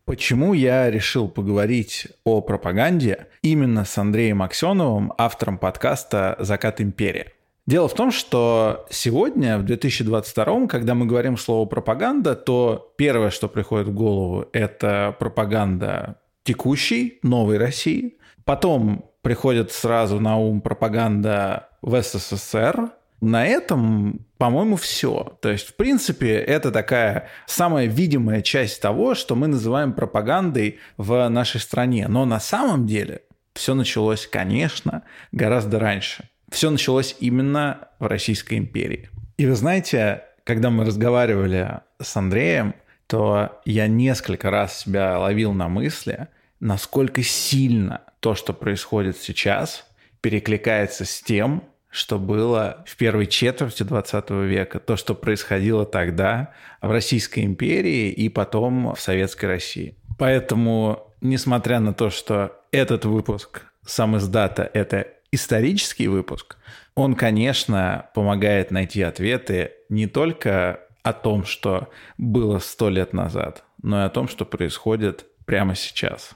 Почему я решил поговорить о пропаганде именно с Андреем Аксеновым, автором подкаста «Закат империи»? Дело в том, что сегодня, в 2022, когда мы говорим слово «пропаганда», то первое, что приходит в голову, это пропаганда текущей, новой России. Потом приходит сразу на ум пропаганда в СССР. На этом, по-моему, все. То есть, в принципе, это такая самая видимая часть того, что мы называем пропагандой в нашей стране. Но на самом деле все началось, конечно, гораздо раньше. Все началось именно в Российской империи. И вы знаете, когда мы разговаривали с Андреем, то я несколько раз себя ловил на мысли, насколько сильно то, что происходит сейчас, перекликается с тем, что было в первой четверти 20 века, то, что происходило тогда в Российской империи и потом в Советской России. Поэтому, несмотря на то, что этот выпуск «Самиздата» — это исторический выпуск, он, конечно, помогает найти ответы не только о том, что было 100 лет назад, но и о том, что происходит прямо сейчас.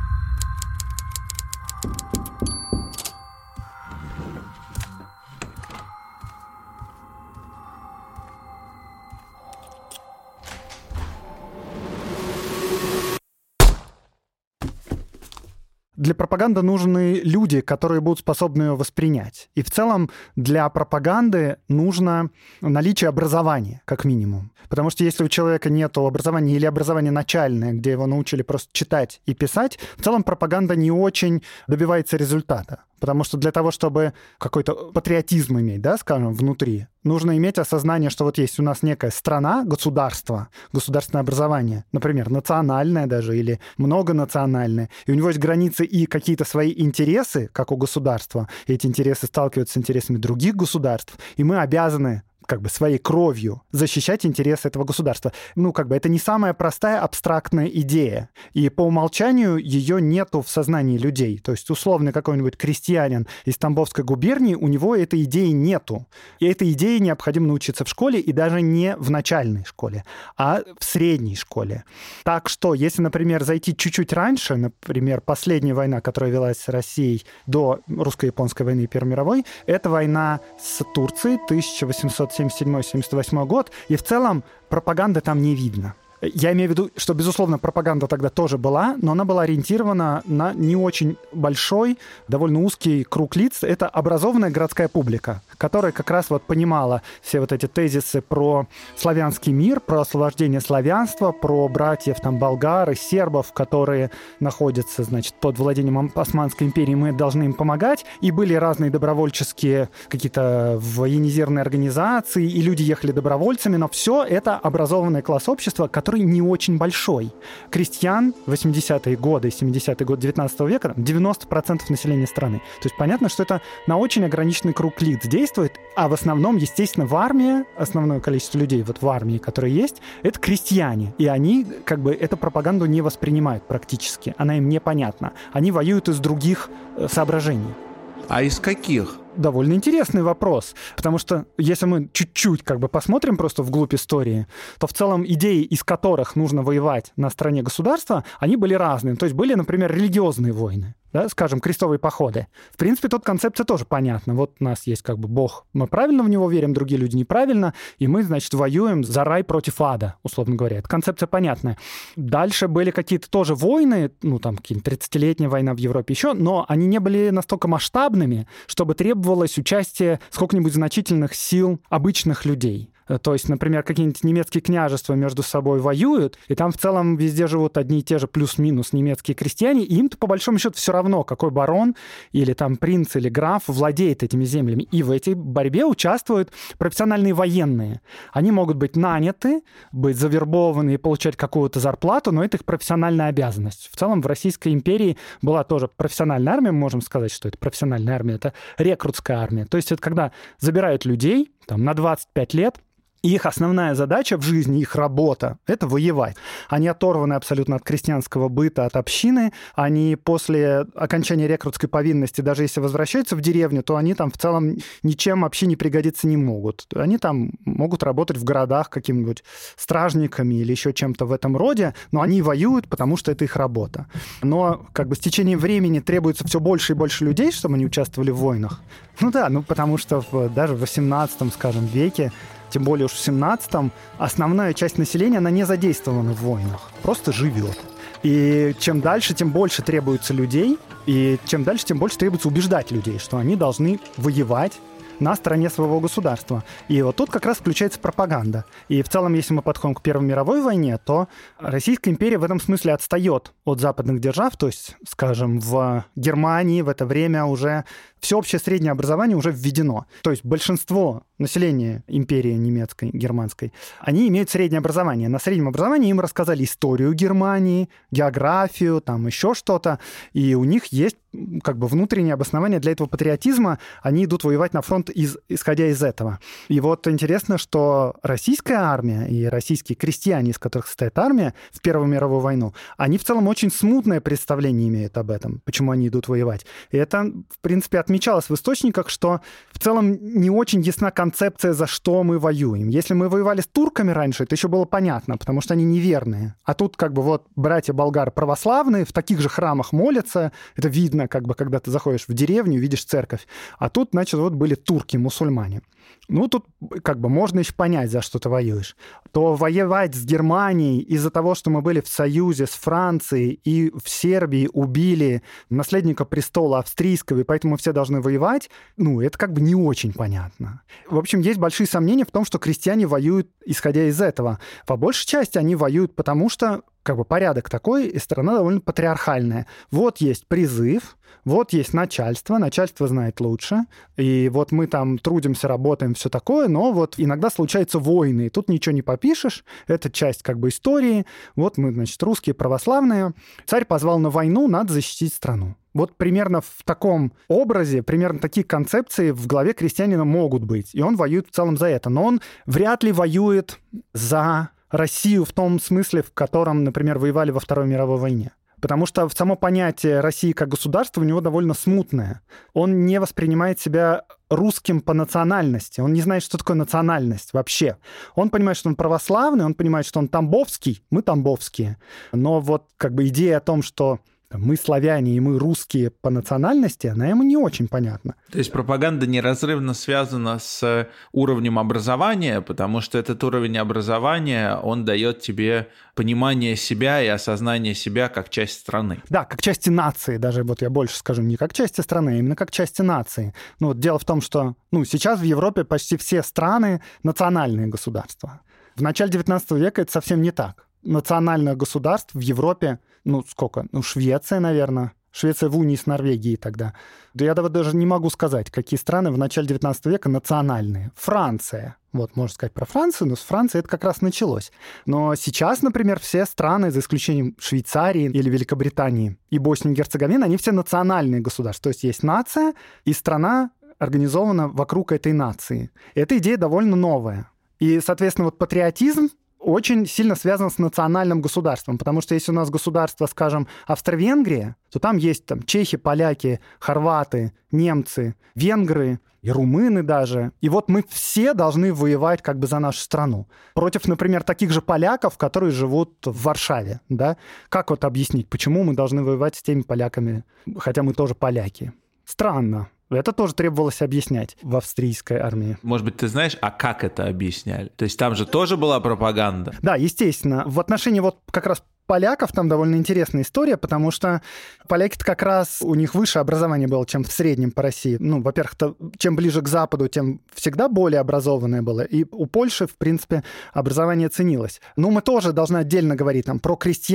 Для пропаганды нужны люди, которые будут способны ее воспринять. И в целом для пропаганды нужно наличие образования, как минимум. Потому что если у человека нет образования или образование начальное, где его научили просто читать и писать, в целом пропаганда не очень добивается результата. Потому что для того, чтобы какой-то патриотизм иметь, да, скажем, внутри, нужно иметь осознание, что вот есть у нас некая страна, государство, государственное образование, например, национальное даже или многонациональное, и у него есть границы и какие-то свои интересы, как у государства, и эти интересы сталкиваются с интересами других государств, и мы обязаны своей кровью защищать интересы этого государства. Это не самая простая абстрактная идея. И по умолчанию ее нету в сознании людей. То есть условно какой-нибудь крестьянин из Тамбовской губернии, у него этой идеи нету. И этой идее необходимо научиться в школе, и даже не в начальной школе, а в средней школе. Так что, если, например, зайти чуть-чуть раньше, например, последняя война, которая велась с Россией до русско-японской войны Первой мировой, это война с Турцией 1877-78 год, и в целом пропаганды там не видно. Я имею в виду, что, безусловно, пропаганда тогда тоже была, но она была ориентирована на не очень большой, довольно узкий круг лиц. Это образованная городская публика, которая как раз понимала все вот эти тезисы про славянский мир, про освобождение славянства, про братьев болгар и сербов, которые находятся, под владением Османской империи, мы должны им помогать. И были разные добровольческие какие-то военизированные организации, и люди ехали добровольцами, но все это образованный класс общества, который не очень большой. Крестьян 80-е годы, 70-е годы 19 века 90% населения страны. То есть понятно, что это на очень ограниченный круг лиц действует, а в основном, естественно, в армии, основное количество людей в армии, которые есть, это крестьяне. И они эту пропаганду не воспринимают практически. Она им непонятна. Они воюют из других соображений. А из каких? Довольно интересный вопрос, потому что если мы чуть-чуть посмотрим просто вглубь истории, то в целом идеи, из которых нужно воевать на стороне государства, они были разные. То есть были, например, религиозные войны, да, скажем, крестовые походы. В принципе, тут концепция тоже понятна. Вот у нас есть Бог, мы правильно в него верим, другие люди неправильно, и мы, воюем за рай против ада, условно говоря. Эта концепция понятная. Дальше были какие-то тоже войны, какие-то 30-летняя война в Европе еще, но они не были настолько масштабными, чтобы требовалось участие сколько-нибудь значительных сил обычных людей. То есть, например, какие-нибудь немецкие княжества между собой воюют, и там в целом везде живут одни и те же плюс-минус немецкие крестьяне, и им-то по большому счету все равно, какой барон или принц или граф владеет этими землями. И в этой борьбе участвуют профессиональные военные. Они могут быть наняты, быть завербованы и получать какую-то зарплату, но это их профессиональная обязанность. В целом в Российской империи была тоже профессиональная армия, мы можем сказать, что это профессиональная армия, это рекрутская армия. То есть это когда забирают людей на 25 лет, И их основная задача в жизни, их работа — это воевать. Они оторваны абсолютно от крестьянского быта, от общины. Они после окончания рекрутской повинности, даже если возвращаются в деревню, то они там в целом ничем вообще не пригодиться не могут. Они там могут работать в городах какими-нибудь стражниками или еще чем-то в этом роде, но они воюют, потому что это их работа. Но как бы с течением времени требуется все больше и больше людей, чтобы они участвовали в войнах. Потому что даже в 18, скажем, веке, тем более уж в 17-м, основная часть населения, она не задействована в войнах, просто живет. И чем дальше, тем больше требуется людей, и чем дальше, тем больше требуется убеждать людей, что они должны воевать на стороне своего государства. И вот тут как раз включается пропаганда. И в целом, если мы подходим к Первой мировой войне, то Российская империя в этом смысле отстает от западных держав, то есть, скажем, в Германии в это время уже всеобщее среднее образование уже введено. То есть большинство населения империи немецкой, германской, они имеют среднее образование. На среднем образовании им рассказали историю Германии, географию, там еще что-то, и у них есть как бы внутреннее обоснование для этого патриотизма. Они идут воевать на фронт, исходя из этого. И вот интересно, что российская армия и российские крестьяне, из которых состоит армия в Первую мировую войну, они в целом очень смутное представление имеют об этом, почему они идут воевать. И это, в принципе, отмечалось в источниках, что в целом не очень ясна концепция, за что мы воюем. Если мы воевали с турками раньше, это еще было понятно, потому что они неверные. А тут как бы вот братья болгары православные в таких же храмах молятся, это видно, как бы, когда ты заходишь в деревню, видишь церковь. А тут, значит, вот были турки, мусульмане. Тут как бы можно еще понять, за что ты воюешь. То воевать с Германией из-за того, что мы были в союзе с Францией и в Сербии убили наследника престола австрийского, и поэтому все должны воевать, это как бы не очень понятно. В общем, есть большие сомнения в том, что крестьяне воюют, исходя из этого. По большей части они воюют потому, что как бы порядок такой, и страна довольно патриархальная. Вот есть призыв, вот есть начальство знает лучше, и вот мы там трудимся, работаем, все такое, но вот иногда случаются войны, и тут ничего не попишешь, это часть как бы истории, вот мы, значит, русские православные, царь позвал на войну, надо защитить страну. Вот примерно в таком образе, примерно такие концепции в голове крестьянина могут быть, и он воюет в целом за это, но он вряд ли воюет за Россию в том смысле, в котором, например, воевали во Второй мировой войне. Потому что само понятие России как государства у него довольно смутное. Он не воспринимает себя русским по национальности. Он не знает, что такое национальность вообще. Он понимает, что он православный, он понимает, что он тамбовский, мы тамбовские. Но вот как бы идея о том, что мы славяне и мы русские по национальности, она ему не очень понятна. То есть пропаганда неразрывно связана с уровнем образования, потому что этот уровень образования, он дает тебе понимание себя и осознание себя как часть страны. Да, как части нации, даже вот я больше скажу, не как части страны, а именно как части нации. Дело в том, что сейчас в Европе почти все страны национальные государства. В начале 19 века это совсем не так. Национальных государств в Европе, сколько? Швеция, наверное. Швеция в унии с Норвегией тогда. Да я даже не могу сказать, какие страны в начале 19 века национальные. Франция. Вот, можно сказать про Францию, но с Францией это как раз началось. Но сейчас, например, все страны, за исключением Швейцарии или Великобритании и Боснии и Герцеговины, они все национальные государства. То есть нация, и страна организована вокруг этой нации. Эта идея довольно новая. И, соответственно, вот патриотизм очень сильно связан с национальным государством, потому что если у нас государство, скажем, Австро-Венгрия, то там есть чехи, поляки, хорваты, немцы, венгры и румыны даже. И вот мы все должны воевать как бы за нашу страну. Против, например, таких же поляков, которые живут в Варшаве. Да? Как вот объяснить, почему мы должны воевать с теми поляками, хотя мы тоже поляки? Странно. Это тоже требовалось объяснять в австрийской армии. Может быть, ты знаешь, а как это объясняли? То есть там же тоже была пропаганда? Да, естественно. В отношении вот как раз поляков там довольно интересная история, потому что поляки-то как раз, у них высшее образование было, чем в среднем по России. Во-первых, чем ближе к Западу, тем всегда более образованное было. И у Польши, в принципе, образование ценилось. Но мы тоже должны отдельно говорить про крестьян,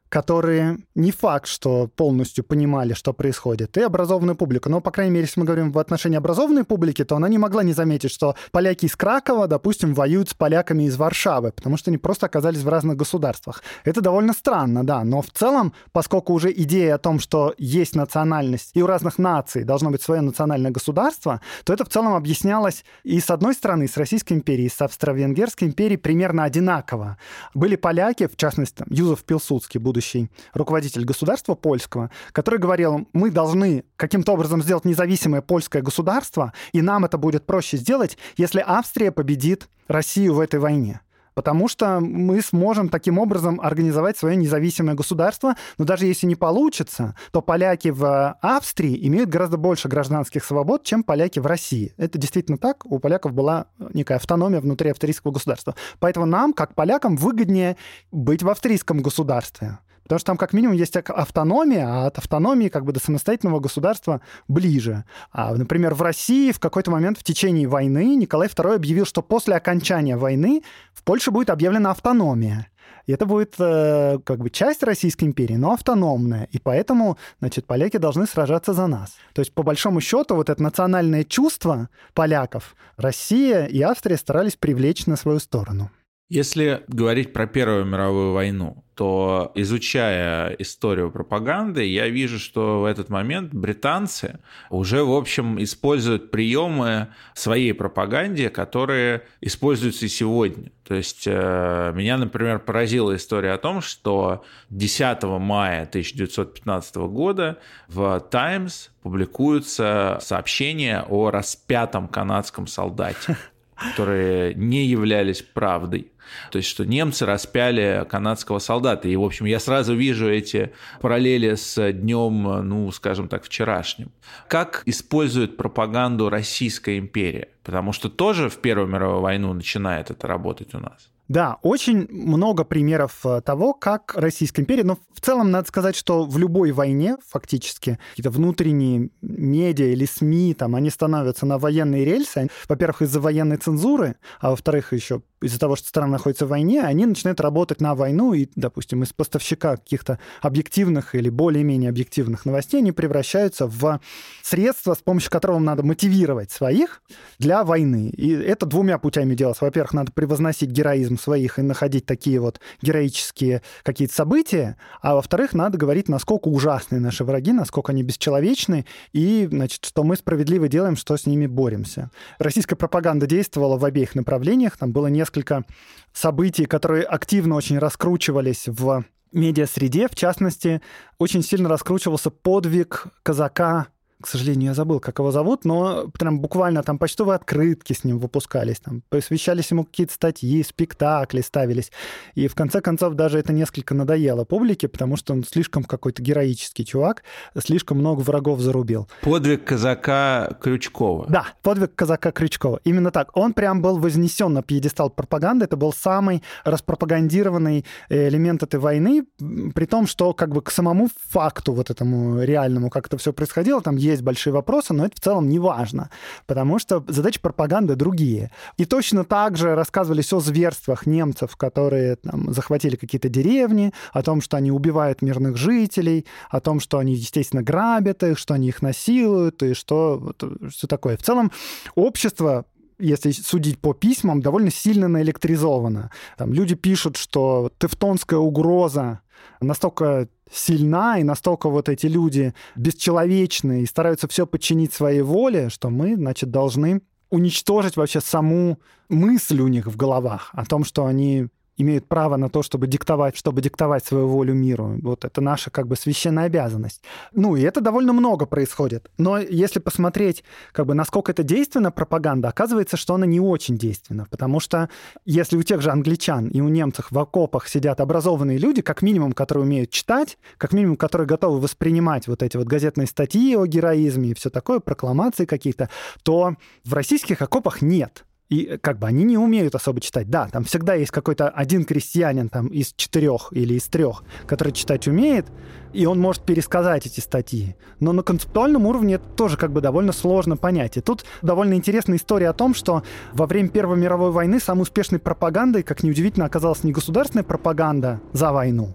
которые не факт, что полностью понимали, что происходит, и образованную публику. Но, по крайней мере, если мы говорим в отношении образованной публики, то она не могла не заметить, что поляки из Кракова, допустим, воюют с поляками из Варшавы, потому что они просто оказались в разных государствах. Это довольно странно, да, но в целом, поскольку уже идея о том, что есть национальность, и у разных наций должно быть свое национальное государство, то это в целом объяснялось и с одной стороны, с Российской империей, и с Австро-Венгерской империей примерно одинаково. Были поляки, в частности, Юзеф Пилсудский, будущий руководитель государства польского, который говорил, мы должны каким-то образом сделать независимое польское государство, и нам это будет проще сделать, если Австрия победит Россию в этой войне. Потому что мы сможем таким образом организовать свое независимое государство, но даже если не получится, то поляки в Австрии имеют гораздо больше гражданских свобод, чем поляки в России. Это действительно так. У поляков была некая автономия внутри австрийского государства. Поэтому нам, как полякам, выгоднее быть в австрийском государстве. Потому что там как минимум есть автономия, а от автономии как бы до самостоятельного государства ближе. А, например, в России в какой-то момент в течение войны Николай II объявил, что после окончания войны в Польше будет объявлена автономия. И это будет как бы часть Российской империи, но автономная. И поэтому, значит, поляки должны сражаться за нас. То есть, по большому счету, вот это национальное чувство поляков Россия и Австрия старались привлечь на свою сторону. Если говорить про Первую мировую войну, то, изучая историю пропаганды, я вижу, что в этот момент британцы уже, в общем, используют приемы в своей пропаганде, которые используются и сегодня. То есть меня, например, поразила история о том, что 10 мая 1915 года в «Таймс» публикуются сообщения о распятом канадском солдате, которые не являлись правдой. То есть, что немцы распяли канадского солдата. И, в общем, я сразу вижу эти параллели с днем, ну, скажем так, вчерашним. Как использует пропаганду Российская империя? Потому что тоже в Первую мировую войну начинает это работать у нас. Да, очень много примеров того, как Российская империя, но в целом надо сказать, что в любой войне фактически какие-то внутренние медиа или СМИ, там, они становятся на военные рельсы, во-первых, из-за военной цензуры, а во-вторых, еще из-за того, что страна находится в войне, они начинают работать на войну, и, допустим, из поставщика каких-то объективных или более-менее объективных новостей они превращаются в средства, с помощью которого надо мотивировать своих для войны. И это двумя путями делать. Во-первых, надо превозносить героизм своих и находить такие вот героические какие-то события, а во-вторых, надо говорить, насколько ужасны наши враги, насколько они бесчеловечны, и, значит, что мы справедливо делаем, что с ними боремся. Российская пропаганда действовала в обеих направлениях, там было несколько событий, которые активно очень раскручивались в медиасреде, в частности, очень сильно раскручивался подвиг казака. К сожалению, я забыл, как его зовут, но прям буквально там почтовые открытки с ним выпускались, там посвящались ему какие-то статьи, спектакли ставились. И в конце концов даже это несколько надоело публике, потому что он слишком какой-то героический чувак, слишком много врагов зарубил. Подвиг казака Крючкова. Да, подвиг казака Крючкова. Именно так. Он прям был вознесен на пьедестал пропаганды. Это был самый распропагандированный элемент этой войны, при том, что как бы к самому факту вот этому реальному, как это все происходило, там есть большие вопросы, но это в целом не важно, потому что задачи пропаганды другие. И точно так же рассказывались о зверствах немцев, которые там захватили какие-то деревни, о том, что они убивают мирных жителей, о том, что они, естественно, грабят их, что они их насилуют, и что все такое. В целом общество, если судить по письмам, довольно сильно наэлектризовано. Там люди пишут, что тевтонская угроза настолько сильна, и настолько вот эти люди бесчеловечны и стараются все подчинить своей воле, что мы, значит, должны уничтожить вообще саму мысль у них в головах о том, что они имеют право на то, чтобы диктовать свою волю миру. Вот это наша как бы священная обязанность. Ну, и это довольно много происходит. Но если посмотреть, как бы, насколько это действенна пропаганда, оказывается, что она не очень действенна. Потому что если у тех же англичан и у немцев в окопах сидят образованные люди, как минимум, которые умеют читать, как минимум, которые готовы воспринимать вот эти вот газетные статьи о героизме и все такое, прокламации какие-то, то в российских окопах нет. И как бы они не умеют особо читать. Да, там всегда есть какой-то один крестьянин там, из 4 или из 3, который читать умеет, и он может пересказать эти статьи. Но на концептуальном уровне это тоже как бы довольно сложно понять. И тут довольно интересная история о том, что во время Первой мировой войны самой успешной пропагандой, как ни удивительно, оказалась не государственная пропаганда за войну,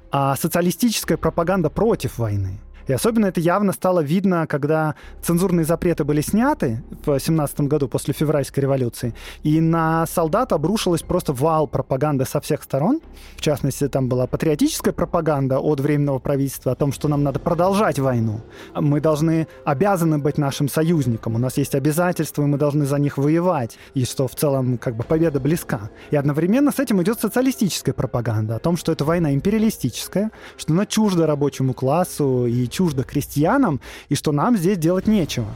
а социалистическая пропаганда против войны. И особенно это явно стало видно, когда цензурные запреты были сняты в 1917 году после февральской революции, и на солдат обрушилась просто вал пропаганды со всех сторон. В частности, там была патриотическая пропаганда от Временного правительства о том, что нам надо продолжать войну. Мы обязаны быть нашим союзником, у нас есть обязательства, и мы должны за них воевать, и что в целом победа близка. И одновременно с этим идет социалистическая пропаганда о том, что эта война империалистическая, что она чужда рабочему классу и чуждо крестьянам, и что нам здесь делать нечего.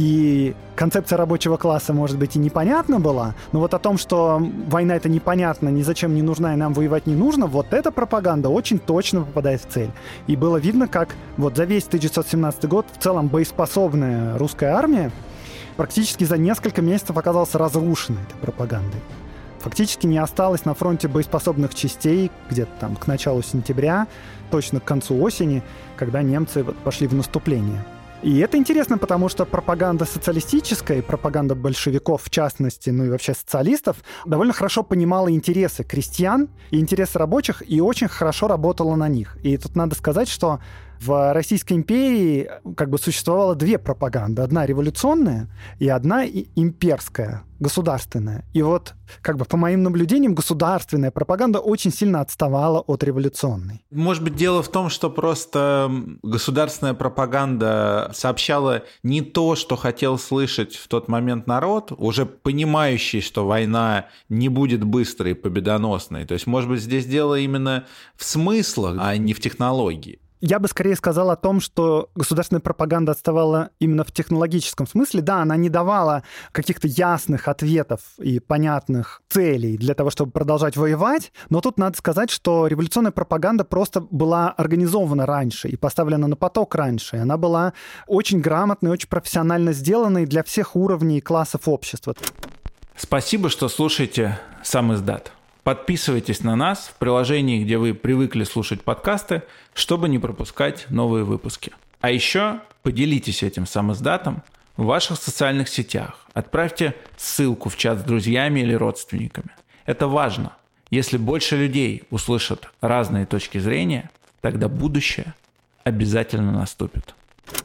И концепция рабочего класса, может быть, и непонятна была, но вот о том, что война — это непонятно, ни зачем не нужна и нам воевать не нужно, вот эта пропаганда очень точно попадает в цель. И было видно, как вот за весь 1917 год в целом боеспособная русская армия практически за несколько месяцев оказалась разрушенной этой пропагандой. Фактически не осталось на фронте боеспособных частей где-то там к началу сентября, точно к концу осени, когда немцы пошли в наступление. И это интересно, потому что пропаганда социалистическая, и пропаганда большевиков в частности, ну и вообще социалистов, довольно хорошо понимала интересы крестьян и интересы рабочих, и очень хорошо работала на них. И тут надо сказать, что в Российской империи существовало две пропаганды. Одна революционная и одна имперская, государственная. И вот, по моим наблюдениям, государственная пропаганда очень сильно отставала от революционной. Может быть, дело в том, что просто государственная пропаганда сообщала не то, что хотел слышать в тот момент народ, уже понимающий, что война не будет быстрой и победоносной. То есть, может быть, здесь дело именно в смыслах, а не в технологии. Я бы скорее сказал о том, что государственная пропаганда отставала именно в технологическом смысле. Да, она не давала каких-то ясных ответов и понятных целей для того, чтобы продолжать воевать, но тут надо сказать, что революционная пропаганда просто была организована раньше и поставлена на поток раньше. Она была очень грамотной, очень профессионально сделанной для всех уровней и классов общества. Спасибо, что слушаете «Сам издат». Подписывайтесь на нас в приложении, где вы привыкли слушать подкасты, чтобы не пропускать новые выпуски. А еще поделитесь этим самиздатом в ваших социальных сетях. Отправьте ссылку в чат с друзьями или родственниками. Это важно. Если больше людей услышат разные точки зрения, тогда будущее обязательно наступит.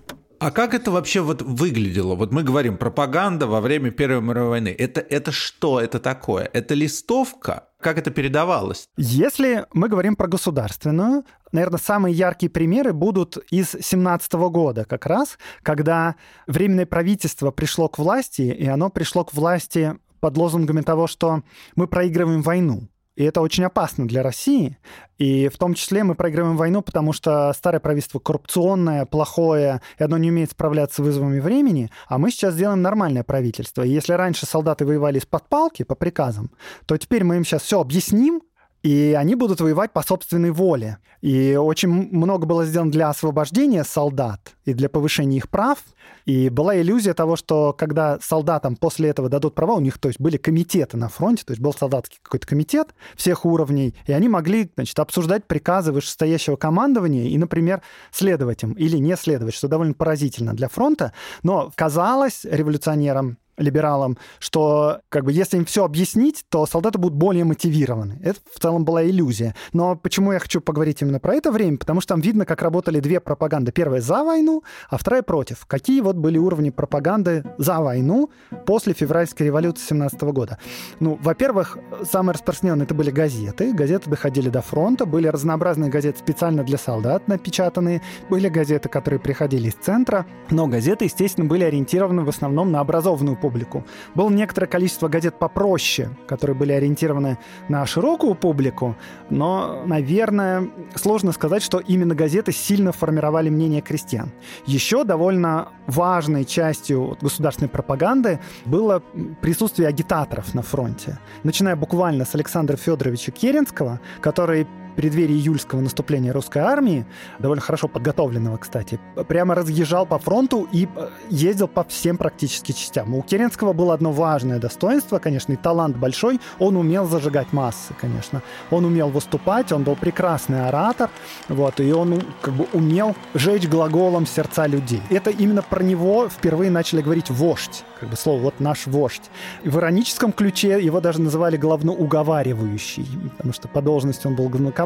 А как это вообще выглядело? Мы говорим, пропаганда во время Первой мировой войны. Это что это такое? Это листовка? Как это передавалось? Если мы говорим про государственную, наверное, самые яркие примеры будут из 1917 года как раз, когда Временное правительство пришло к власти, и оно пришло к власти под лозунгами того, что мы проигрываем войну. И это очень опасно для России. И в том числе мы проигрываем войну, потому что старое правительство коррупционное, плохое, и оно не умеет справляться с вызовами времени. А мы сейчас сделаем нормальное правительство. И если раньше солдаты воевали из-под палки по приказам, то теперь мы им сейчас все объясним, и они будут воевать по собственной воле. И очень много было сделано для освобождения солдат и для повышения их прав. И была иллюзия того, что когда солдатам после этого дадут права, у них, то есть, были комитеты на фронте, то есть был солдатский какой-то комитет всех уровней, и они могли, обсуждать приказы вышестоящего командования и, например, следовать им или не следовать, что довольно поразительно для фронта. Но казалось революционерам, либералам, что если им все объяснить, то солдаты будут более мотивированы. Это в целом была иллюзия. Но почему я хочу поговорить именно про это время? Потому что там видно, как работали две пропаганды. Первая за войну, а вторая против. Какие были уровни пропаганды за войну после февральской революции 1917 года? Во-первых, самые распространенные это были газеты. Газеты доходили до фронта. Были разнообразные газеты специально для солдат напечатанные. Были газеты, которые приходили из центра. Но газеты, естественно, были ориентированы в основном на образованную публику. Было некоторое количество газет попроще, которые были ориентированы на широкую публику, но, наверное, сложно сказать, что именно газеты сильно формировали мнение крестьян. Еще довольно важной частью государственной пропаганды было присутствие агитаторов на фронте. Начиная буквально с Александра Федоровича Керенского, который в преддверии июльского наступления русской армии, довольно хорошо подготовленного, кстати, прямо разъезжал по фронту и ездил по всем практически частям. У Керенского было одно важное достоинство, конечно, и талант большой. Он умел зажигать массы, конечно. Он умел выступать, он был прекрасный оратор, и он умел жечь глаголом сердца людей. Это именно про него впервые начали говорить «вождь», слово «наш вождь». И в ироническом ключе его даже называли главноуговаривающий, потому что по должности он был главнокомандующий,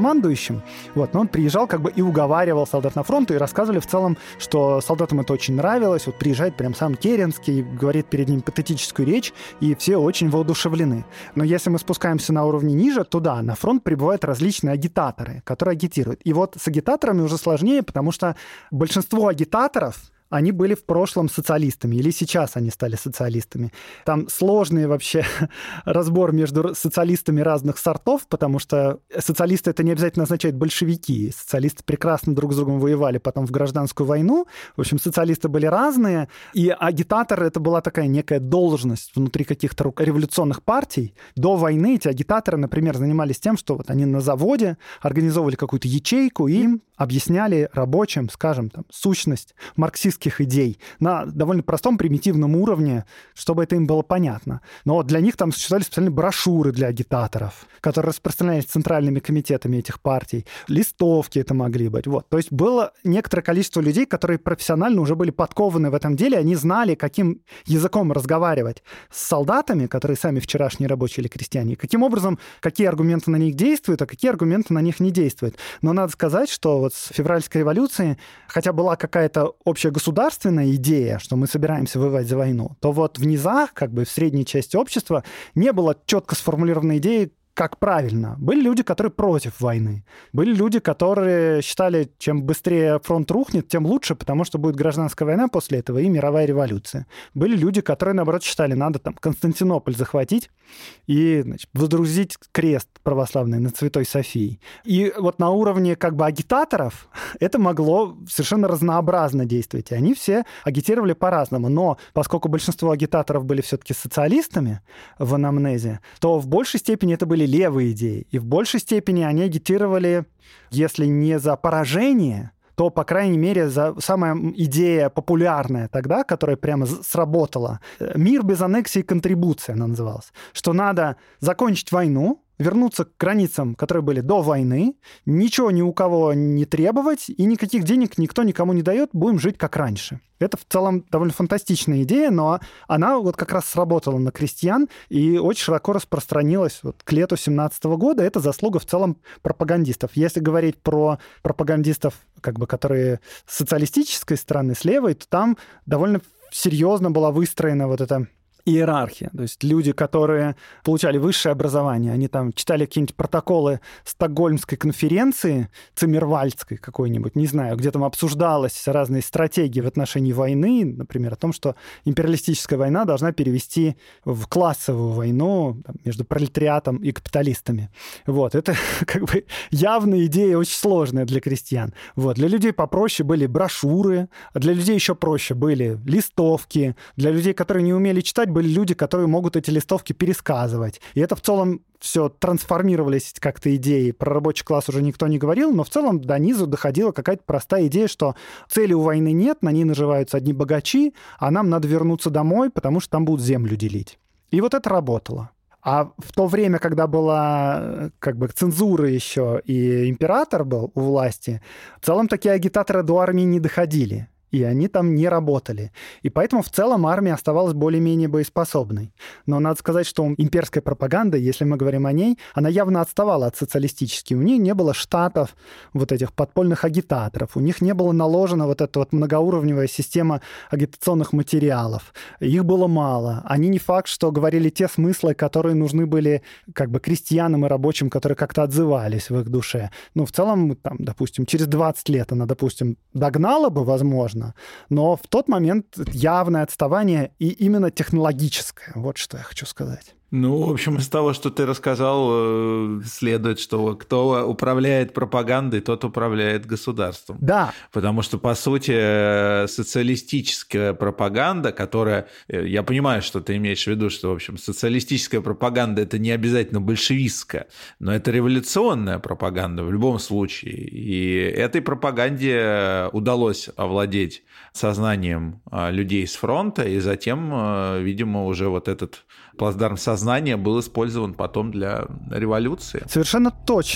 главнокомандующим, вот, но он приезжал как бы и уговаривал солдат на фронт, и рассказывали в целом, что солдатам это очень нравилось, вот приезжает прям сам Керенский, говорит перед ним патетическую речь, и все очень воодушевлены. Но если мы спускаемся на уровне ниже, то да, на фронт прибывают различные агитаторы, которые агитируют. И вот с агитаторами уже сложнее, потому что большинство агитаторов, они были в прошлом социалистами, или сейчас они стали социалистами. Там сложный вообще разбор между социалистами разных сортов, потому что социалисты это не обязательно означает большевики. Социалисты прекрасно друг с другом воевали потом в гражданскую войну. В общем, социалисты были разные, и агитатор это была такая некая должность внутри каких-то революционных партий. До войны эти агитаторы, например, занимались тем, что вот они на заводе организовывали какую-то ячейку и им объясняли рабочим, скажем, там, сущность марксистских идей на довольно простом, примитивном уровне, чтобы это им было понятно. Но для них там существовали специальные брошюры для агитаторов, которые распространялись центральными комитетами этих партий. Листовки это могли быть. Вот. То есть было некоторое количество людей, которые профессионально уже были подкованы в этом деле, они знали, каким языком разговаривать с солдатами, которые сами вчерашние рабочие или крестьяне, и каким образом, какие аргументы на них действуют, а какие аргументы на них не действуют. Но надо сказать, что вот с февральской революции, хотя была какая-то общая государственная идея, что мы собираемся воевать за войну, то вот в низах, как бы в средней части общества, не было четко сформулированной идеи, как правильно. Были люди, которые против войны. Были люди, которые считали, чем быстрее фронт рухнет, тем лучше, потому что будет гражданская война после этого и мировая революция. Были люди, которые, наоборот, считали, надо там Константинополь захватить и, значит, водрузить крест православный над Святой Софией. И вот на уровне как бы агитаторов это могло совершенно разнообразно действовать. И они все агитировали по-разному. Но поскольку большинство агитаторов были все-таки социалистами в анамнезе, то в большей степени это были левые идеи. И в большей степени они агитировали, если не за поражение, то, по крайней мере, за самая идея популярная тогда, которая прямо сработала. «Мир без аннексии и контрибуции» она называлась. Что надо закончить войну, вернуться к границам, которые были до войны, ничего ни у кого не требовать, и никаких денег никто никому не дает, будем жить как раньше. Это в целом довольно фантастичная идея, но она вот как раз сработала на крестьян и очень широко распространилась вот к лету 2017 года. Это заслуга в целом пропагандистов. Если говорить про пропагандистов, как бы, которые с социалистической стороны, с левой, то там довольно серьезно была выстроена вот эта иерархия. То есть люди, которые получали высшее образование, они там читали какие-нибудь протоколы Стокгольмской конференции, Циммервальдской какой-нибудь, не знаю, где там обсуждалась разные стратегии в отношении войны, например, о том, что империалистическая война должна перевести в классовую войну там, между пролетариатом и капиталистами. Вот. Это как бы явная идея, очень сложная для крестьян. Вот. Для людей попроще были брошюры, а для людей еще проще были листовки, для людей, которые не умели читать, были люди, которые могут эти листовки пересказывать. И это в целом все трансформировались как-то идеи. Про рабочий класс уже никто не говорил, но в целом до низу доходила какая-то простая идея, что цели у войны нет, на ней наживаются одни богачи, а нам надо вернуться домой, потому что там будут землю делить. И вот это работало. А в то время, когда была как бы цензура еще и император был у власти, в целом такие агитаторы до армии не доходили. И они там не работали. И поэтому в целом армия оставалась более-менее боеспособной. Но надо сказать, что имперская пропаганда, если мы говорим о ней, она явно отставала от социалистической. У нее не было штатов вот этих подпольных агитаторов. У них не было наложена вот эта вот многоуровневая система агитационных материалов. Их было мало. Они не факт, что говорили те смыслы, которые нужны были как бы крестьянам и рабочим, которые как-то отзывались в их душе. Ну, в целом, там, допустим, через 20 лет она, допустим, догнала бы, возможно, но в тот момент явное отставание и именно технологическое. Вот что я хочу сказать. Ну, в общем, из того, что ты рассказал, следует, что кто управляет пропагандой, тот управляет государством. Да. Потому что, по сути, социалистическая пропаганда, которая... Я понимаю, что ты имеешь в виду, что, в общем, социалистическая пропаганда – это не обязательно большевистская, но это революционная пропаганда в любом случае. И этой пропаганде удалось овладеть сознанием людей с фронта, и затем, видимо, уже вот этот плацдарм сознания был использован потом для революции. Совершенно точно.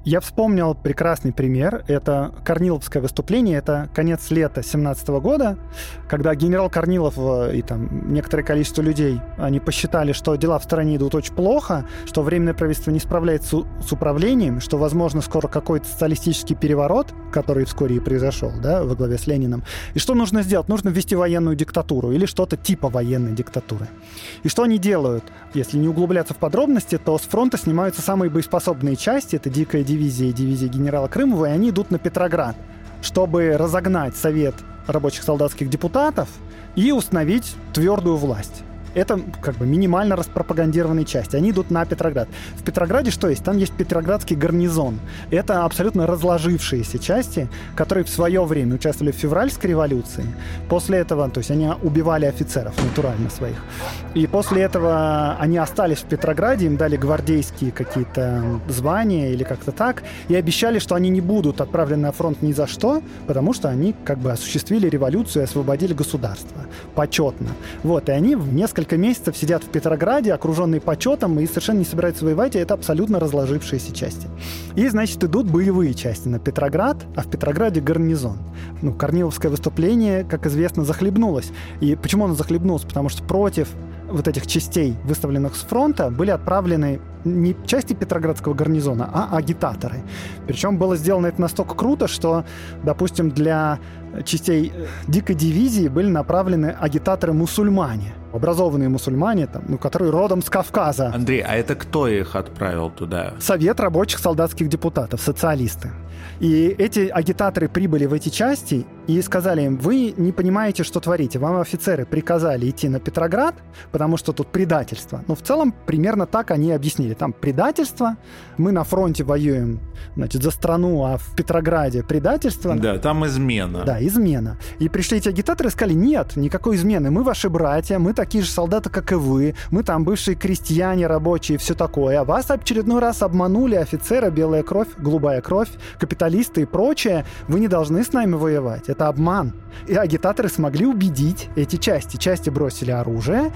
Я вспомнил прекрасный пример. Это Корниловское выступление. Это конец лета 2017 года, когда генерал Корнилов и там некоторое количество людей, они посчитали, что дела в стране идут очень плохо, что Временное правительство не справляется с управлением, что, возможно, скоро какой-то социалистический переворот, который вскоре и произошел, да, во главе с Лениным. И что нужно сделать? Нужно ввести военную диктатуру или что-то типа военной диктатуры. И что они делают? Если не углубляться в подробности, то с фронта снимаются самые боеспособные части. Это дикая дивизия и дивизия генерала Крымова, и они идут на Петроград, чтобы разогнать Совет рабочих солдатских депутатов и установить твердую власть. Это как бы минимально распропагандированные части. Они идут на Петроград. В Петрограде что есть? Там есть Петроградский гарнизон. Это абсолютно разложившиеся части, которые в свое время участвовали в февральской революции. После этого, то есть они убивали офицеров натурально своих. И после этого они остались в Петрограде, им дали гвардейские какие-то звания или как-то так, и обещали, что они не будут отправлены на фронт ни за что, потому что они как бы осуществили революцию и освободили государство. Почетно. Вот, и они в несколько месяцев сидят в Петрограде, окруженные почетом, и совершенно не собираются воевать, и это абсолютно разложившиеся части. И, значит, идут боевые части на Петроград, а в Петрограде гарнизон. Корниловское выступление, как известно, захлебнулось. И почему оно захлебнулось? Потому что против вот этих частей, выставленных с фронта, были отправлены не части Петроградского гарнизона, а агитаторы. Причем было сделано это настолько круто, что, допустим, для частей дикой дивизии были направлены агитаторы-мусульмане, образованные мусульмане, которые родом с Кавказа. Андрей, а это кто их отправил туда? Совет рабочих солдатских депутатов, социалисты. И эти агитаторы прибыли в эти части и сказали им: вы не понимаете, что творите. Вам офицеры приказали идти на Петроград, потому что тут предательство. В целом, примерно так они объяснили. Там предательство, мы на фронте воюем, значит, за страну, а в Петрограде предательство. Да, там измена. Да, измена. И пришли эти агитаторы и сказали: нет, никакой измены. Мы ваши братья, мы такие же солдаты, как и вы. Мы там бывшие крестьяне, рабочие, все такое. А вас очередной раз обманули офицеры, белая кровь, голубая кровь, капиталисты и прочее. Вы не должны с нами воевать. Это обман. И агитаторы смогли убедить эти части. Части бросили оружие,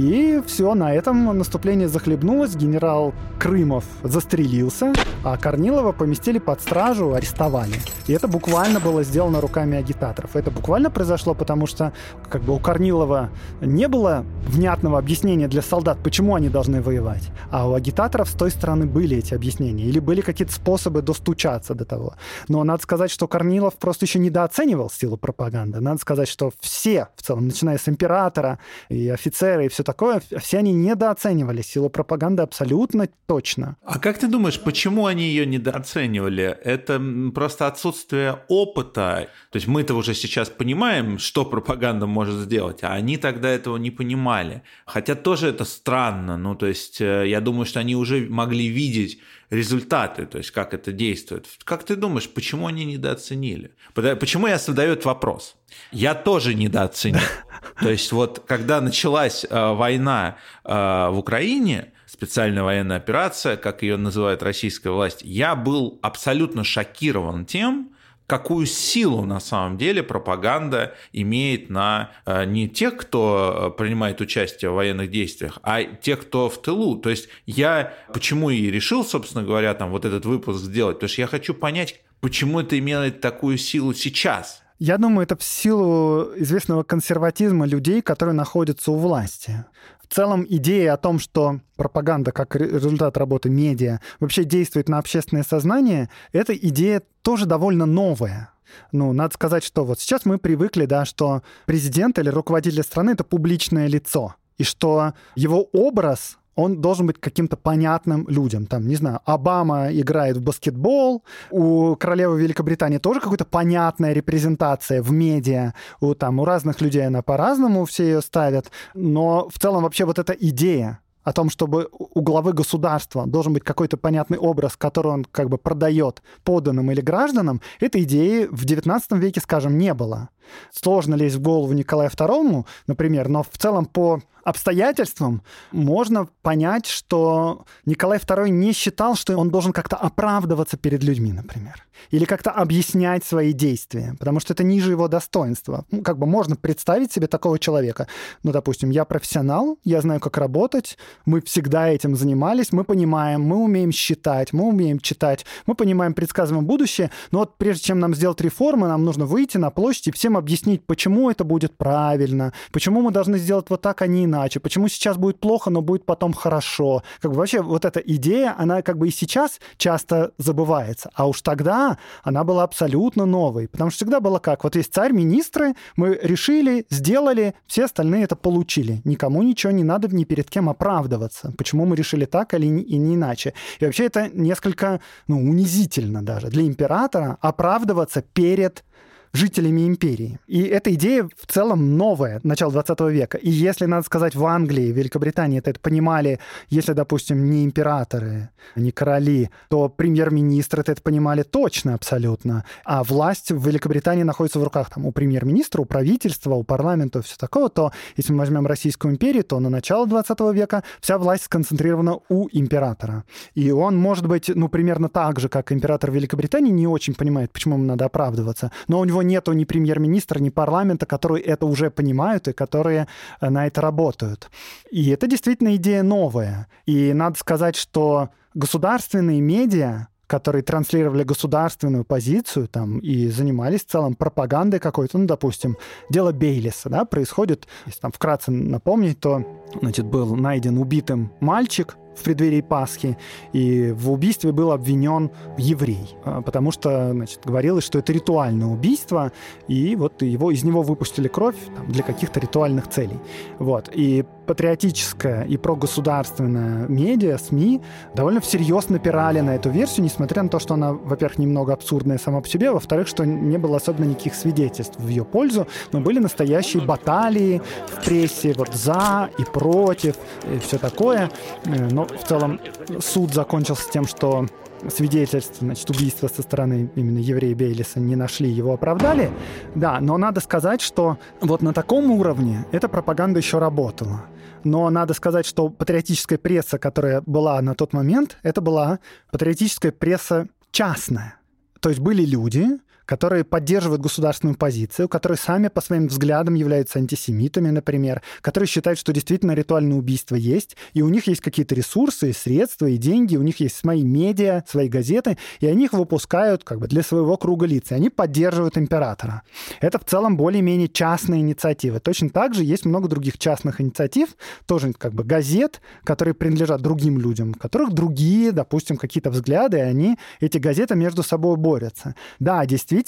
и все, на этом наступление захлебнулось. Генерал Крымов застрелился, а Корнилова поместили под стражу, арестовали. И это буквально было сделано руками агитаторов. Это буквально произошло, потому что как бы у Корнилова не было внятного объяснения для солдат, почему они должны воевать. А у агитаторов с той стороны были эти объяснения. Или были какие-то способы достучаться до того. Но надо сказать, что Корнилов просто еще недооценивал силу пропаганды. Надо сказать, что все, в целом, начиная с императора и офицеры и все такое, все они недооценивали силу пропаганды абсолютно точно. А как ты думаешь, почему они ее недооценивали? Это просто отсутствие опыта. То есть мы-то уже сейчас понимаем, что пропаганда может сделать, а они тогда этого не понимали. Хотя тоже это странно. То есть я думаю, что они уже могли видеть результаты, то есть как это действует. Как ты думаешь, почему они недооценили? Почему я задаю этот вопрос? Я тоже недооценил. То есть вот когда началась война в Украине, специальная военная операция, как ее называет российская власть, я был абсолютно шокирован тем, какую силу на самом деле пропаганда имеет на не тех, кто принимает участие в военных действиях, а тех, кто в тылу. То есть я почему и решил, собственно говоря, вот этот выпуск сделать, потому что я хочу понять, почему это имеет такую силу сейчас. Я думаю, это в силу известного консерватизма людей, которые находятся у власти. В целом идея о том, что пропаганда как результат работы медиа вообще действует на общественное сознание, эта идея тоже довольно новая. Надо сказать, что вот сейчас мы привыкли, что президент или руководитель страны — это публичное лицо, и что его образ, он должен быть каким-то понятным людям. Не знаю, Обама играет в баскетбол, у королевы Великобритании тоже какая-то понятная репрезентация в медиа, у разных людей она по-разному все ее ставят, но в целом вообще вот эта идея о том, чтобы у главы государства должен быть какой-то понятный образ, который он как бы продает подданным или гражданам, этой идеи в XIX веке, скажем, не было. Сложно лезть в голову Николаю II, например, но в целом по обстоятельствам можно понять, что Николай II не считал, что он должен как-то оправдываться перед людьми, например, или как-то объяснять свои действия, потому что это ниже его достоинства. Как бы можно представить себе такого человека. Ну, допустим, я профессионал, я знаю, как работать, мы всегда этим занимались, мы понимаем, мы умеем считать, мы умеем читать, мы понимаем предсказываемое будущее, но вот прежде чем нам сделать реформы, нам нужно выйти на площадь и всем объяснить, почему это будет правильно, почему мы должны сделать вот так, а не иначе, почему сейчас будет плохо, но будет потом хорошо. Как бы вообще вот эта идея, она как бы и сейчас часто забывается, а уж тогда она была абсолютно новой, потому что всегда было как? Вот есть царь, министры, мы решили, сделали, все остальные это получили. Никому ничего не надо ни перед кем оправдываться, почему мы решили так или не иначе. И вообще это несколько, унизительно даже для императора оправдываться перед жителями империи. И эта идея в целом новая, начало 20 века. И если, надо сказать, в Англии, в Великобритании это понимали, если, допустим, не императоры, не короли, то премьер-министры это понимали точно абсолютно. А власть в Великобритании находится в руках у премьер-министра, у правительства, у парламента, все такое, то если мы возьмем Российскую империю, то на начало 20 века вся власть сконцентрирована у императора. И он, может быть, примерно так же, как император Великобритании, не очень понимает, почему ему надо оправдываться, но у него нету ни премьер-министра, ни парламента, которые это уже понимают и которые на это работают. И это действительно идея новая. И надо сказать, что государственные медиа, которые транслировали государственную позицию и занимались в целом пропагандой какой-то, допустим, дело Бейлиса, происходит, если вкратце напомнить, то, был найден убитым мальчик в преддверии Пасхи, и в убийстве был обвинен еврей, потому что, говорилось, что это ритуальное убийство, и вот из него выпустили кровь для каких-то ритуальных целей. И патриотическая и прогосударственная медиа, СМИ довольно всерьез напирали на эту версию, несмотря на то, что она, во-первых, немного абсурдная сама по себе, во-вторых, что не было особенно никаких свидетельств в ее пользу, но были настоящие баталии в прессе, за и против, и все такое. Но в целом суд закончился тем, что свидетельств, убийства со стороны именно еврея Бейлиса не нашли, его оправдали. Да, но надо сказать, что на таком уровне эта пропаганда еще работала. Но надо сказать, что патриотическая пресса, которая была на тот момент, это была патриотическая пресса частная. То есть были люди, которые поддерживают государственную позицию, которые сами по своим взглядам являются антисемитами, например, которые считают, что действительно ритуальное убийство есть, и у них есть какие-то ресурсы, средства и деньги, у них есть свои медиа, свои газеты, и они их выпускают для своего круга лиц, и они поддерживают императора. Это в целом более-менее частная инициатива. Точно так же есть много других частных инициатив, тоже газет, которые принадлежат другим людям, у которых другие, допустим, какие-то взгляды, и они, эти газеты, между собой борются. Да, действительно,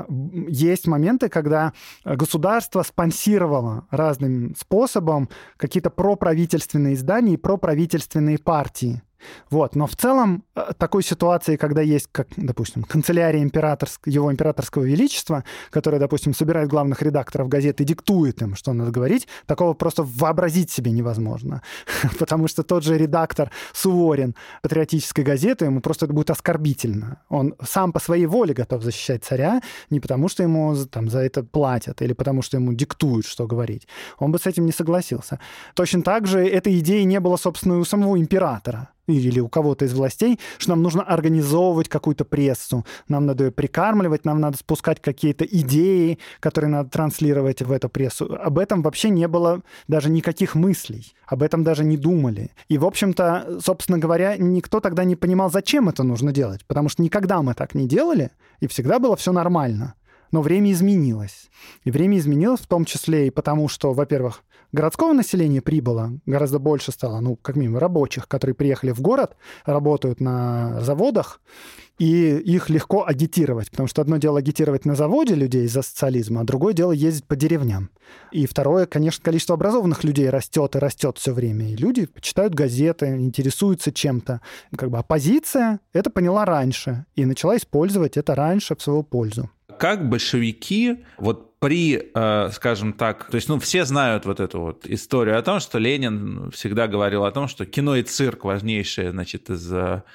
есть моменты, когда государство спонсировало разным способом какие-то проправительственные издания и проправительственные партии. Но в целом такой ситуации, когда есть, как, допустим, канцелярия его императорского величества, которая, допустим, собирает главных редакторов газет и диктует им, что надо говорить, такого просто вообразить себе невозможно. Потому что тот же редактор Суворин патриотической газеты, ему просто это будет оскорбительно. Он сам по своей воле готов защищать царя, не потому что ему за это платят или потому что ему диктуют, что говорить. Он бы с этим не согласился. Точно так же этой идеи не было, собственно, у самого императора или у кого-то из властей, что нам нужно организовывать какую-то прессу, нам надо ее прикармливать, нам надо спускать какие-то идеи, которые надо транслировать в эту прессу. Об этом вообще не было даже никаких мыслей, об этом даже не думали. И, в общем-то, собственно говоря, никто тогда не понимал, зачем это нужно делать, потому что никогда мы так не делали, и всегда было все нормально. Но время изменилось. И время изменилось в том числе и потому, что, во-первых, городского населения прибыло, гораздо больше стало, как минимум, рабочих, которые приехали в город, работают на заводах, и их легко агитировать, потому что одно дело агитировать на заводе людей за социализм, а другое дело ездить по деревням. И второе, конечно, количество образованных людей растет и растет все время, и люди читают газеты, интересуются чем-то. Оппозиция это поняла раньше и начала использовать это раньше в свою пользу. Как большевики при, скажем так, то есть, все знают эту историю о том, что Ленин всегда говорил о том, что кино и цирк важнейшие, из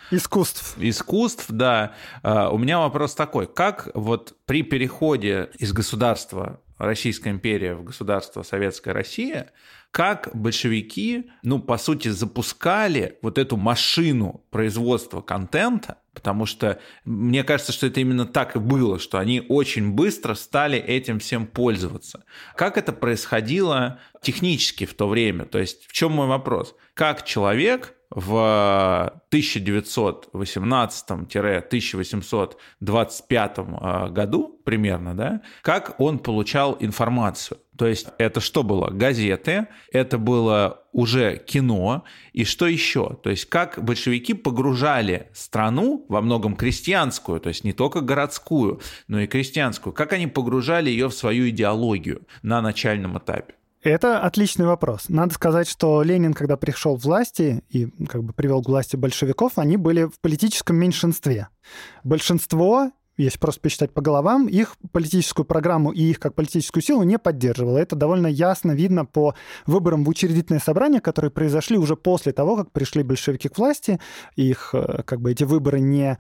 искусств, да. У меня вопрос такой: как при переходе из государства Российская империя в государство Советская Россия, как большевики, по сути, запускали вот эту машину производства контента, потому что мне кажется, что это именно так и было, что они очень быстро стали этим всем пользоваться. Как это происходило технически в то время? То есть в чем мой вопрос? Как человек в 1918-1825 году примерно, да, как он получал информацию? То есть это что было? Газеты, это было уже кино, и что еще? То есть как большевики погружали страну, во многом крестьянскую, то есть не только городскую, но и крестьянскую, как они погружали ее в свою идеологию на начальном этапе? Это отличный вопрос. Надо сказать, что Ленин, когда пришел к власти и привел к власти большевиков, они были в политическом меньшинстве. Большинство, если просто посчитать по головам, их политическую программу и их как политическую силу не поддерживало. Это довольно ясно видно по выборам в учредительное собрание, которые произошли уже после того, как пришли большевики к власти. Их эти выборы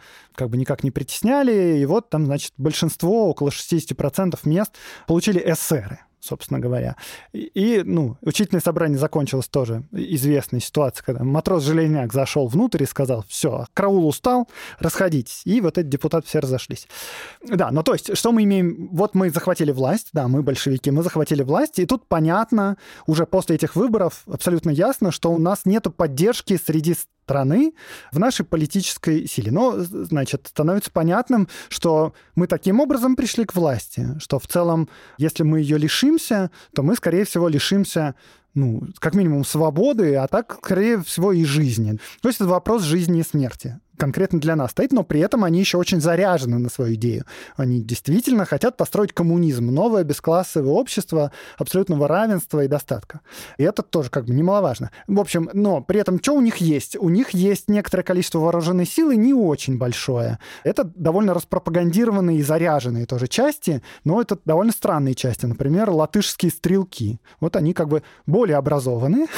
никак не притесняли. И вот там, большинство, около 60% мест получили эсеры, собственно говоря. И учительное собрание закончилось тоже известной ситуацией, когда матрос-железняк зашел внутрь и сказал: все, караул устал, расходитесь. И вот эти депутаты все разошлись. Да, то есть, что мы имеем? Вот мы захватили власть, да, мы большевики, мы захватили власть, и тут понятно, уже после этих выборов абсолютно ясно, что у нас нету поддержки среди страны в нашей политической силе. Но, становится понятным, что мы таким образом пришли к власти, что в целом, если мы ее лишимся, то мы, скорее всего, лишимся как минимум свободы, а так, скорее всего, и жизни. То есть это вопрос жизни и смерти. Конкретно для нас стоит, но при этом они еще очень заряжены на свою идею. Они действительно хотят построить коммунизм, новое бесклассовое общество абсолютного равенства и достатка. И это тоже немаловажно. В общем, но при этом что у них есть? У них есть некоторое количество вооруженной силы, не очень большое. Это довольно распропагандированные и заряженные тоже части, но это довольно странные части. Например, латышские стрелки. Вот они более образованные.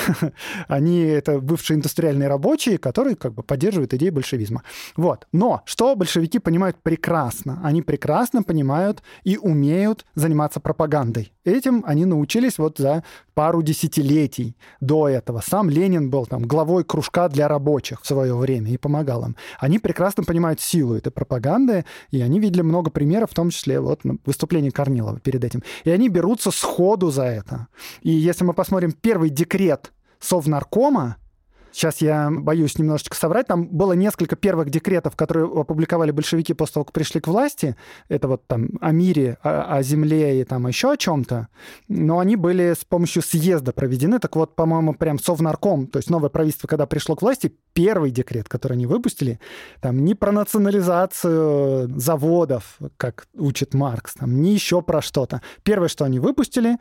Они это бывшие индустриальные рабочие, которые поддерживают идеи большевизма. Вот. Но что большевики понимают прекрасно? Они прекрасно понимают и умеют заниматься пропагандой. Этим они научились за пару десятилетий до этого. Сам Ленин был главой кружка для рабочих в свое время и помогал им. Они прекрасно понимают силу этой пропаганды, и они видели много примеров, в том числе выступление Корнилова перед этим. И они берутся сходу за это. И если мы посмотрим первый декрет Совнаркома, сейчас я боюсь немножечко соврать, там было несколько первых декретов, которые опубликовали большевики после того, как пришли к власти. Это о мире, о земле и еще о чем-то. Но они были с помощью съезда проведены. Так вот, по-моему, прям Совнарком, то есть новое правительство, когда пришло к власти, первый декрет, который они выпустили, не про национализацию заводов, как учит Маркс, не еще про что-то. Первое, что они выпустили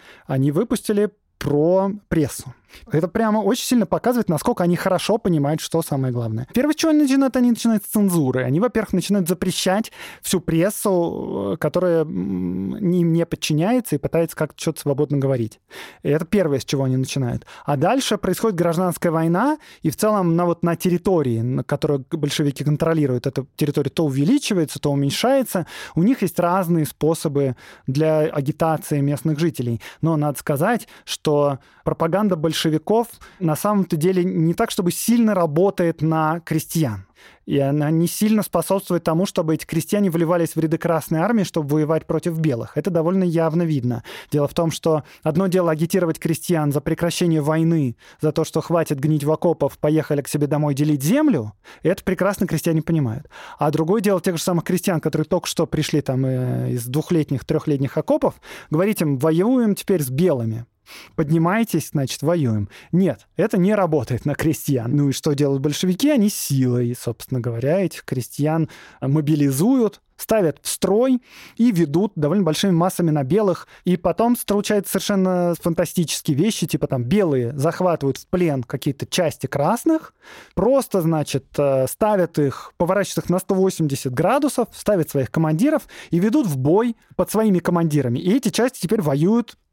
про прессу. Это прямо очень сильно показывает, насколько они хорошо понимают, что самое главное. Первое, что они начинают с цензуры. Они, во-первых, начинают запрещать всю прессу, которая им не подчиняется и пытается как-то что-то свободно говорить. И это первое, с чего они начинают. А дальше происходит гражданская война, и в целом на территории, которую большевики контролируют, эта территория то увеличивается, то уменьшается. У них есть разные способы для агитации местных жителей. Но надо сказать, что пропаганда большевиков на самом-то деле не так, чтобы сильно работает на крестьян. И она не сильно способствует тому, чтобы эти крестьяне вливались в ряды Красной Армии, чтобы воевать против белых. Это довольно явно видно. Дело в том, что одно дело агитировать крестьян за прекращение войны, за то, что хватит гнить в окопах, поехали к себе домой делить землю, и это прекрасно крестьяне понимают. А другое дело тех же самых крестьян, которые только что пришли из 2-летних, 3-летних окопов, говорить им: воюем теперь с белыми. Поднимайтесь, значит, воюем. Нет, это не работает на крестьян. И что делают большевики? Они силой, собственно говоря, этих крестьян мобилизуют, ставят в строй и ведут довольно большими массами на белых. И потом случаются совершенно фантастические вещи, белые захватывают в плен какие-то части красных, просто, ставят их, поворачивают их на 180 градусов, ставят своих командиров и ведут в бой под своими командирами. И эти части теперь воюют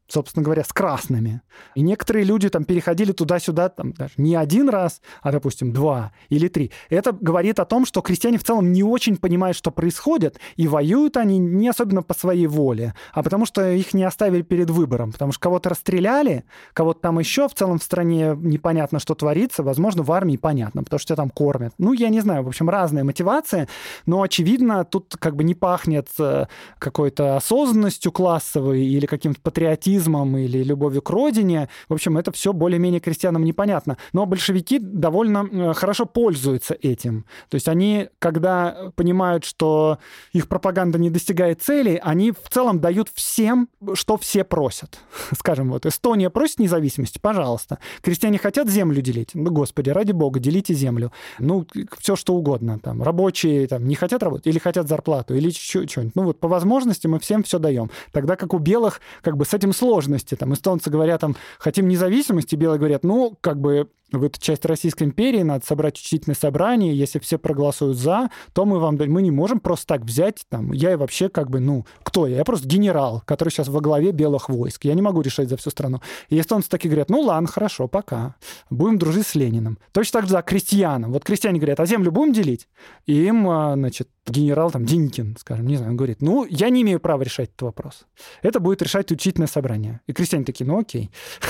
собственно говоря, с красными. И некоторые люди там переходили туда-сюда там, даже не один раз, а, допустим, 2 или 3. Это говорит о том, что крестьяне в целом не очень понимают, что происходит, и воюют они не особенно по своей воле, а потому что их не оставили перед выбором, потому что кого-то расстреляли, кого-то там еще в целом в стране непонятно, что творится, возможно, в армии понятно, потому что тебя там кормят. Ну, я не знаю, в общем, разные мотивации, но, очевидно, тут как бы не пахнет какой-то осознанностью классовой или каким-то патриотизмом или любовью к родине. В общем, это все более-менее крестьянам непонятно. Но большевики довольно хорошо пользуются этим. То есть они, когда понимают, что их пропаганда не достигает цели, они в целом дают всем, что все просят. Скажем, вот Эстония просит независимости, пожалуйста. Крестьяне хотят землю делить? Ну, господи, ради бога, делите землю. Ну, все что угодно. Там, рабочие там, не хотят работать, или хотят зарплату, или что-нибудь. Ну вот по возможности мы всем все даем. Тогда как у белых как бы с этим сложности. Там эстонцы говорят, там, хотим независимости, белые говорят, ну, как бы вы часть Российской империи, надо собрать учредительное собрание, если все проголосуют за, то мы вам... Мы не можем просто так взять, там, я и вообще как бы, ну, кто я? Я просто генерал, который сейчас во главе белых войск. Я не могу решать за всю страну. И эстонцы такие говорят, ну, ладно, хорошо, пока. Будем дружить с Лениным. Точно так же за крестьянам. Вот крестьяне говорят, а землю будем делить? И им, значит, генерал там Деникин, скажем, не знаю, он говорит, ну, я не имею права решать этот вопрос. Это будет решать учредительное собрание. И крестьяне такие, ну, окей.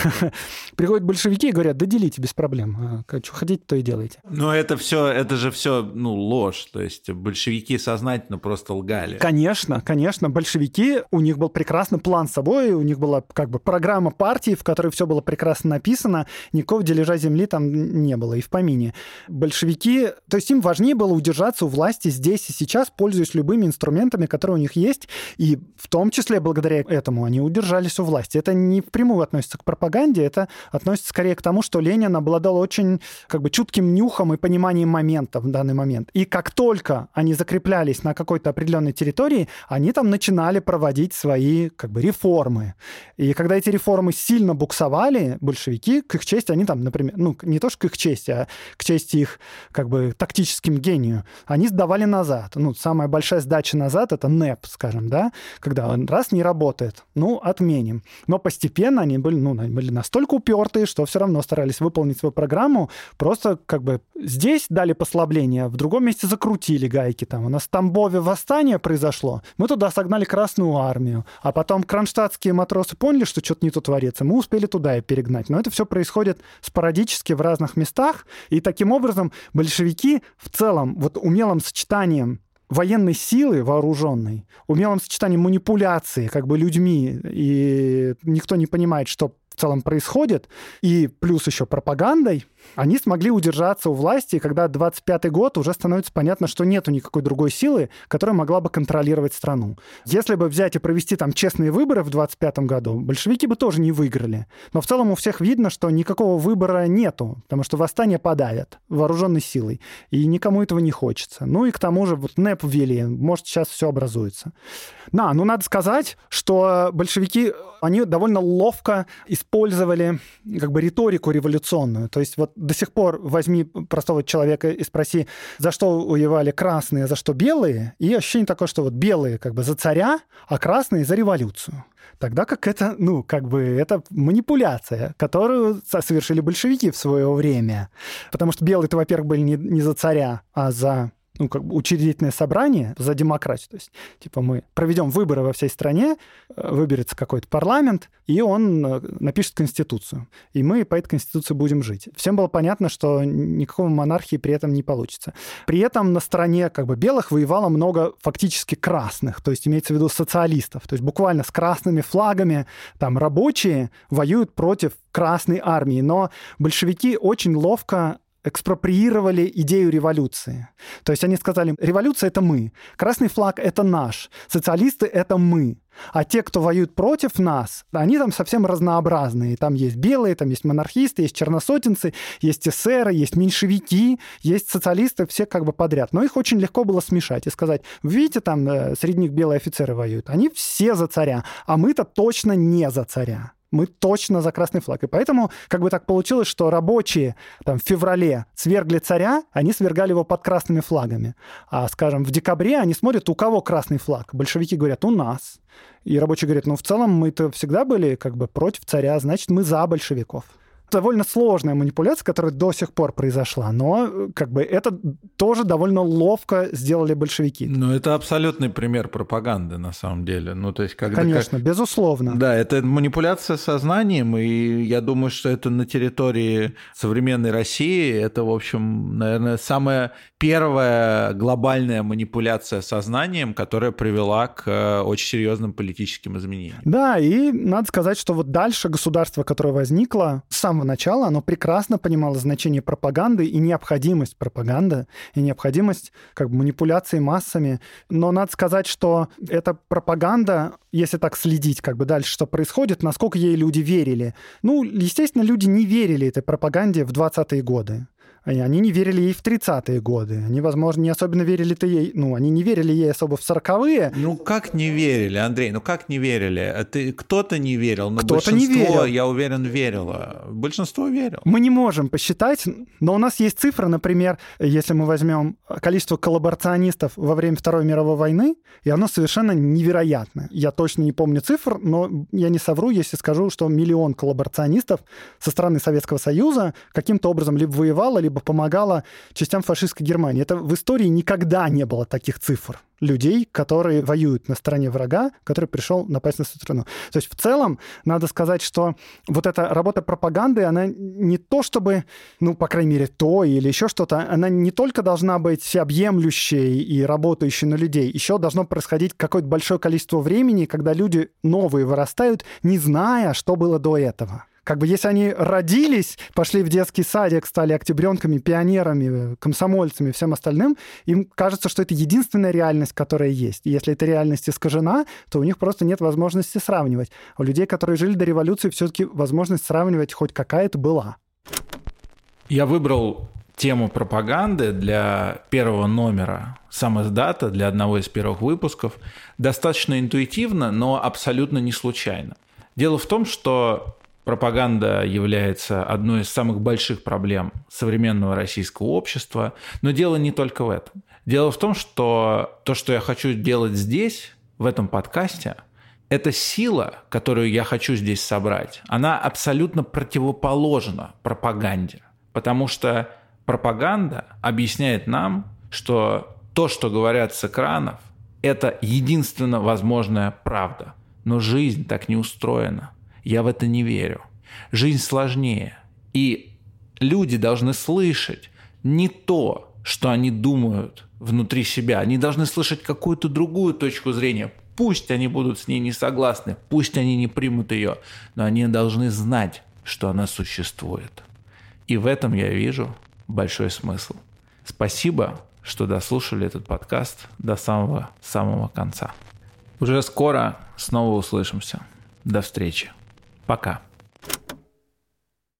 Приходят большевики и говорят, да делите без проблем. Что хотите, то и делайте. Но это же все, ну, ложь. То есть большевики сознательно просто лгали. Конечно, конечно. Большевики, у них был прекрасный план с собой, у них была как бы программа партии, в которой все было прекрасно написано, никакого дележа земли там не было и в помине. Большевики, то есть им важнее было удержаться у власти здесь и сейчас, пользуясь любыми инструментами, которые у них есть, и в том числе благодаря этому они удержались у власти. Это не впрямую относится к пропаганде, это относится скорее к тому, что Ленин обладал очень как бы чутким нюхом и пониманием момента в данный момент. И как только они закреплялись на какой-то определенной территории, они там начинали проводить свои как бы реформы. И когда эти реформы сильно буксовали, большевики, к их чести, они там, например, ну, не то что к их чести, а к чести их как бы тактическим гению, они сдавали назад. Ну, самая большая сдача назад — это НЭП, скажем, да, когда он раз не работает, ну, отменим. Но постепенно они были настолько упертые, что все равно старались выполнить свою программу, просто как бы здесь дали послабление, в другом месте закрутили гайки. Там у нас в Тамбове восстание произошло, мы туда согнали Красную армию, а потом кронштадтские матросы поняли, что что-то не то творится, мы успели туда и перегнать. Но это все происходит спорадически в разных местах, и таким образом большевики в целом вот умелым сочетанием военной силы вооруженной, умелым сочетанием манипуляции как бы людьми, и никто не понимает, что в целом происходит, и плюс еще пропагандой, они смогли удержаться у власти, и когда 25-й год, уже становится понятно, что нету никакой другой силы, которая могла бы контролировать страну. Если бы взять и провести там честные выборы в 25-м году, большевики бы тоже не выиграли. Но в целом у всех видно, что никакого выбора нету, потому что восстание подавят вооруженной силой, и никому этого не хочется. Ну и к тому же вот НЭП ввели, может, сейчас все образуется. Надо сказать, что большевики, они довольно ловко использовали как бы риторику революционную. То есть вот до сих пор возьми простого человека и спроси, за что воевали красные, за что белые, и ощущение такое, что вот белые как бы за царя, а красные за революцию. Тогда как это, это манипуляция, которую совершили большевики в свое время. Потому что белые-то, во-первых, были не за царя, а за учредительное собрание, за демократию. То есть, мы проведем выборы во всей стране, выберется какой-то парламент, и он напишет конституцию. И мы по этой конституции будем жить. Всем было понятно, что никакого монархии при этом не получится. При этом на стороне белых воевало много фактически красных, то есть имеется в виду социалистов. То есть буквально с красными флагами там рабочие воюют против Красной армии. Но большевики очень ловко экспроприировали идею революции. То есть они сказали, революция — это мы, красный флаг — это наш, социалисты — это мы. А те, кто воюют против нас, они там совсем разнообразные. Там есть белые, там есть монархисты, есть черносотенцы, есть эсеры, есть меньшевики, есть социалисты, все подряд. Но их очень легко было смешать и сказать, видите, там среди них белые офицеры воюют. Они все за царя, а мы-то точно не за царя. мы точно за красный флаг. И поэтому как бы так получилось, что рабочие там, в феврале свергли царя, они свергали его под красными флагами. А, скажем, в декабре они смотрят, у кого красный флаг. Большевики говорят, у нас. И рабочие говорят, в целом мы-то всегда были как бы против царя, значит, мы за большевиков. Довольно сложная манипуляция, которая до сих пор произошла, но как бы это тоже довольно ловко сделали большевики. Это абсолютный пример пропаганды, на самом деле. То есть, Конечно, безусловно. Да, это манипуляция сознанием, и я думаю, что это на территории современной России, это, в общем, наверное, самая первая глобальная манипуляция сознанием, которая привела к очень серьезным политическим изменениям. Да, и надо сказать, что вот дальше государство, которое возникло, с самого начала, оно прекрасно понимало значение пропаганды и необходимость пропаганды, и необходимость как бы манипуляции массами. Но надо сказать, что эта пропаганда, если так следить как бы дальше, что происходит, насколько ей люди верили. Естественно, люди не верили этой пропаганде в 20-е годы. Они не верили ей в 30-е годы. Они, возможно, не особенно верили-то ей... они не верили ей особо в 40-е. Как не верили, Андрей? Как не верили? Кто-то не верил, но кто-то большинство, не верил. Я уверен, верило. Большинство верило. Мы не можем посчитать, но у нас есть цифра, например, если мы возьмем количество коллаборационистов во время Второй мировой войны, и оно совершенно невероятное. Я точно не помню цифр, но я не совру, если скажу, что 1 миллион коллаборационистов со стороны Советского Союза каким-то образом либо воевало, либо помогала частям фашистской Германии. Это в истории никогда не было таких цифр людей, которые воюют на стороне врага, который пришел напасть на свою страну. То есть в целом надо сказать, что вот эта работа пропаганды, она не то чтобы, по крайней мере, то или еще что-то, она не только должна быть всеобъемлющей и работающей на людей, еще должно происходить какое-то большое количество времени, когда люди новые вырастают, не зная, что было до этого. Как бы если они родились, пошли в детский садик, стали октябренками, пионерами, комсомольцами, всем остальным, им кажется, что это единственная реальность, которая есть. И если эта реальность искажена, то у них просто нет возможности сравнивать. А у людей, которые жили до революции, все-таки возможность сравнивать хоть какая-то была. Я выбрал тему пропаганды для первого номера «Самиздата», для одного из первых выпусков, достаточно интуитивно, но абсолютно не случайно. Дело в том, что пропаганда является одной из самых больших проблем современного российского общества, но дело не только в этом. Дело в том, что то, что я хочу делать здесь, в этом подкасте, эта сила, которую я хочу здесь собрать, она абсолютно противоположна пропаганде, потому что пропаганда объясняет нам, что то, что говорят с экранов, это единственно возможная правда, но жизнь так не устроена. Я в это не верю. Жизнь сложнее. И люди должны слышать не то, что они думают внутри себя. Они должны слышать какую-то другую точку зрения. Пусть они будут с ней не согласны, пусть они не примут ее, но они должны знать, что она существует. И в этом я вижу большой смысл. Спасибо, что дослушали этот подкаст до самого конца. Уже скоро снова услышимся. До встречи. Пока.